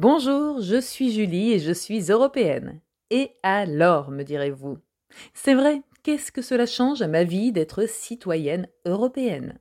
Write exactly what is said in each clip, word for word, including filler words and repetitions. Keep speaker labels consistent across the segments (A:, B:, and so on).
A: Bonjour, je suis Julie et je suis européenne. Et alors, me direz-vous? C'est vrai, qu'est-ce que cela change à ma vie d'être citoyenne européenne?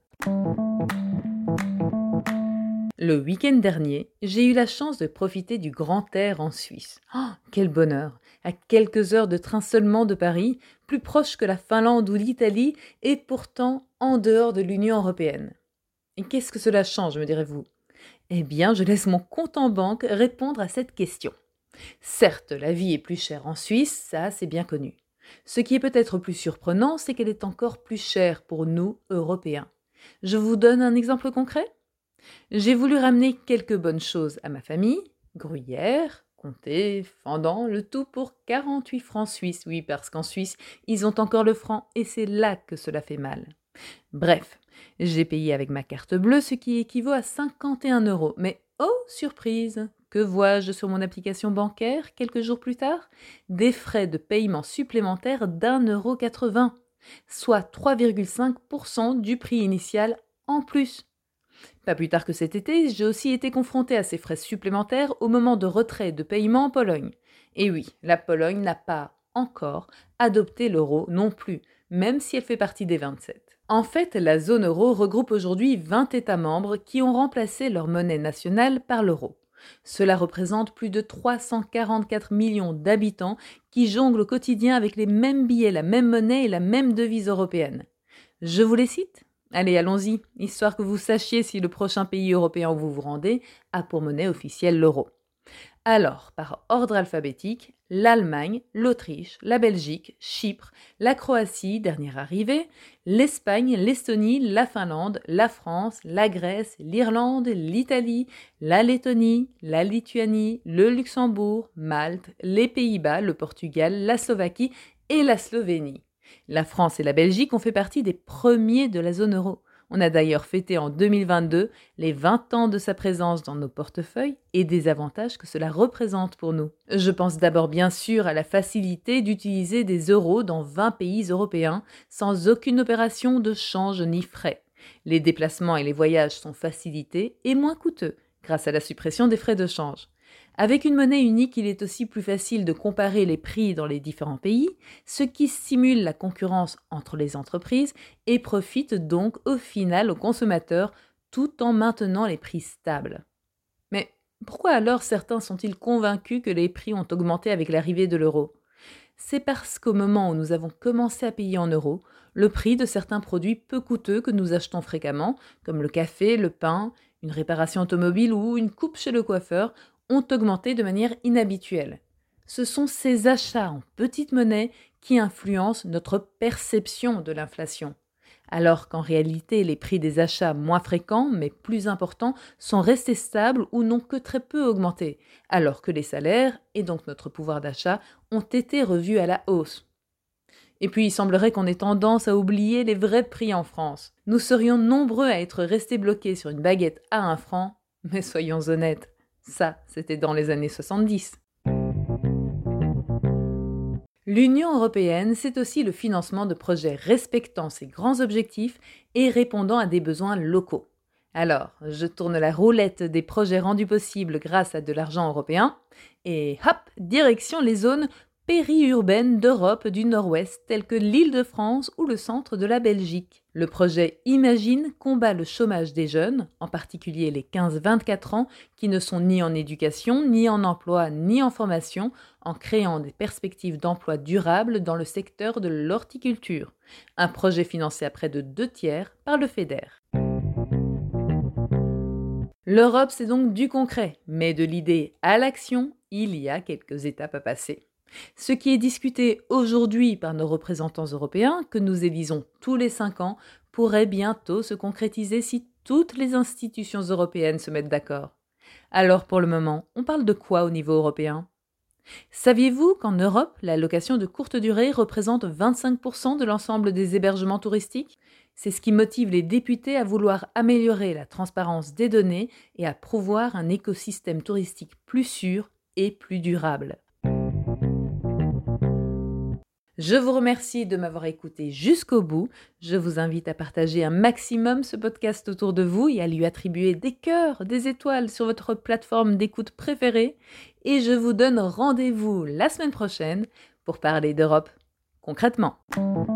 A: Le week-end dernier, j'ai eu la chance de profiter du grand air en Suisse. Oh, quel bonheur! À quelques heures de train seulement de Paris, plus proche que la Finlande ou l'Italie, et pourtant en dehors de l'Union européenne. Et qu'est-ce que cela change, me direz-vous? Eh bien, je laisse mon compte en banque répondre à cette question. Certes, la vie est plus chère en Suisse, ça c'est bien connu. Ce qui est peut-être plus surprenant, c'est qu'elle est encore plus chère pour nous, Européens. Je vous donne un exemple concret? J'ai voulu ramener quelques bonnes choses à ma famille, gruyère, comté, fendant, le tout pour quarante-huit francs suisses. Oui, parce qu'en Suisse, ils ont encore le franc et c'est là que cela fait mal. Bref, j'ai payé avec ma carte bleue, ce qui équivaut à cinquante et un euros. Mais oh, surprise! Que vois-je sur mon application bancaire quelques jours plus tard? Des frais de paiement supplémentaires d'un euro quatre-vingts, soit trois virgule cinq pour cent du prix initial en plus. Pas plus tard que cet été, j'ai aussi été confrontée à ces frais supplémentaires au moment de retrait de paiement en Pologne. Et oui, la Pologne n'a pas encore adopté l'euro non plus, même si elle fait partie des vingt-sept. En fait, la zone euro regroupe aujourd'hui vingt États membres qui ont remplacé leur monnaie nationale par l'euro. Cela représente plus de trois cent quarante-quatre millions d'habitants qui jonglent au quotidien avec les mêmes billets, la même monnaie et la même devise européenne. Je vous les cite ? Allez, allons-y, histoire que vous sachiez si le prochain pays européen où vous vous rendez a pour monnaie officielle l'euro. Alors, par ordre alphabétique, l'Allemagne, l'Autriche, la Belgique, Chypre, la Croatie, dernière arrivée, l'Espagne, l'Estonie, la Finlande, la France, la Grèce, l'Irlande, l'Italie, la Lettonie, la Lituanie, le Luxembourg, Malte, les Pays-Bas, le Portugal, la Slovaquie et la Slovénie. La France et la Belgique ont fait partie des premiers de la zone euro. On a d'ailleurs fêté en deux mille vingt-deux les vingt ans de sa présence dans nos portefeuilles et des avantages que cela représente pour nous. Je pense d'abord bien sûr à la facilité d'utiliser des euros dans vingt pays européens sans aucune opération de change ni frais. Les déplacements et les voyages sont facilités et moins coûteux grâce à la suppression des frais de change. Avec une monnaie unique, il est aussi plus facile de comparer les prix dans les différents pays, ce qui stimule la concurrence entre les entreprises et profite donc au final aux consommateurs tout en maintenant les prix stables. Mais pourquoi alors certains sont-ils convaincus que les prix ont augmenté avec l'arrivée de l'euro? C'est parce qu'au moment où nous avons commencé à payer en euros, le prix de certains produits peu coûteux que nous achetons fréquemment, comme le café, le pain, une réparation automobile ou une coupe chez le coiffeur, ont augmenté de manière inhabituelle. Ce sont ces achats en petite monnaie qui influencent notre perception de l'inflation, alors qu'en réalité les prix des achats moins fréquents mais plus importants sont restés stables ou n'ont que très peu augmenté, alors que les salaires et donc notre pouvoir d'achat ont été revus à la hausse. Et puis il semblerait qu'on ait tendance à oublier les vrais prix en France. Nous serions nombreux à être restés bloqués sur une baguette à un franc, mais soyons honnêtes. Ça, c'était dans les années soixante-dix. L'Union européenne, c'est aussi le financement de projets respectant ses grands objectifs et répondant à des besoins locaux. Alors, je tourne la roulette des projets rendus possibles grâce à de l'argent européen et hop, direction les zones périurbaines d'Europe du Nord-Ouest telles que l'Île-de-France ou le centre de la Belgique. Le projet Imagine combat le chômage des jeunes, en particulier les quinze vingt-quatre ans, qui ne sont ni en éducation, ni en emploi, ni en formation, en créant des perspectives d'emploi durables dans le secteur de l'horticulture. Un projet financé à près de deux tiers par le FEDER. L'Europe, c'est donc du concret, mais de l'idée à l'action, il y a quelques étapes à passer. Ce qui est discuté aujourd'hui par nos représentants européens, que nous élisons tous les cinq ans, pourrait bientôt se concrétiser si toutes les institutions européennes se mettent d'accord. Alors pour le moment, on parle de quoi au niveau européen? Saviez-vous qu'en Europe, la location de courte durée représente vingt-cinq pour cent de l'ensemble des hébergements touristiques? C'est ce qui motive les députés à vouloir améliorer la transparence des données et à promouvoir un écosystème touristique plus sûr et plus durable. Je vous remercie de m'avoir écouté jusqu'au bout. Je vous invite à partager un maximum ce podcast autour de vous et à lui attribuer des cœurs, des étoiles sur votre plateforme d'écoute préférée. Et je vous donne rendez-vous la semaine prochaine pour parler d'Europe concrètement.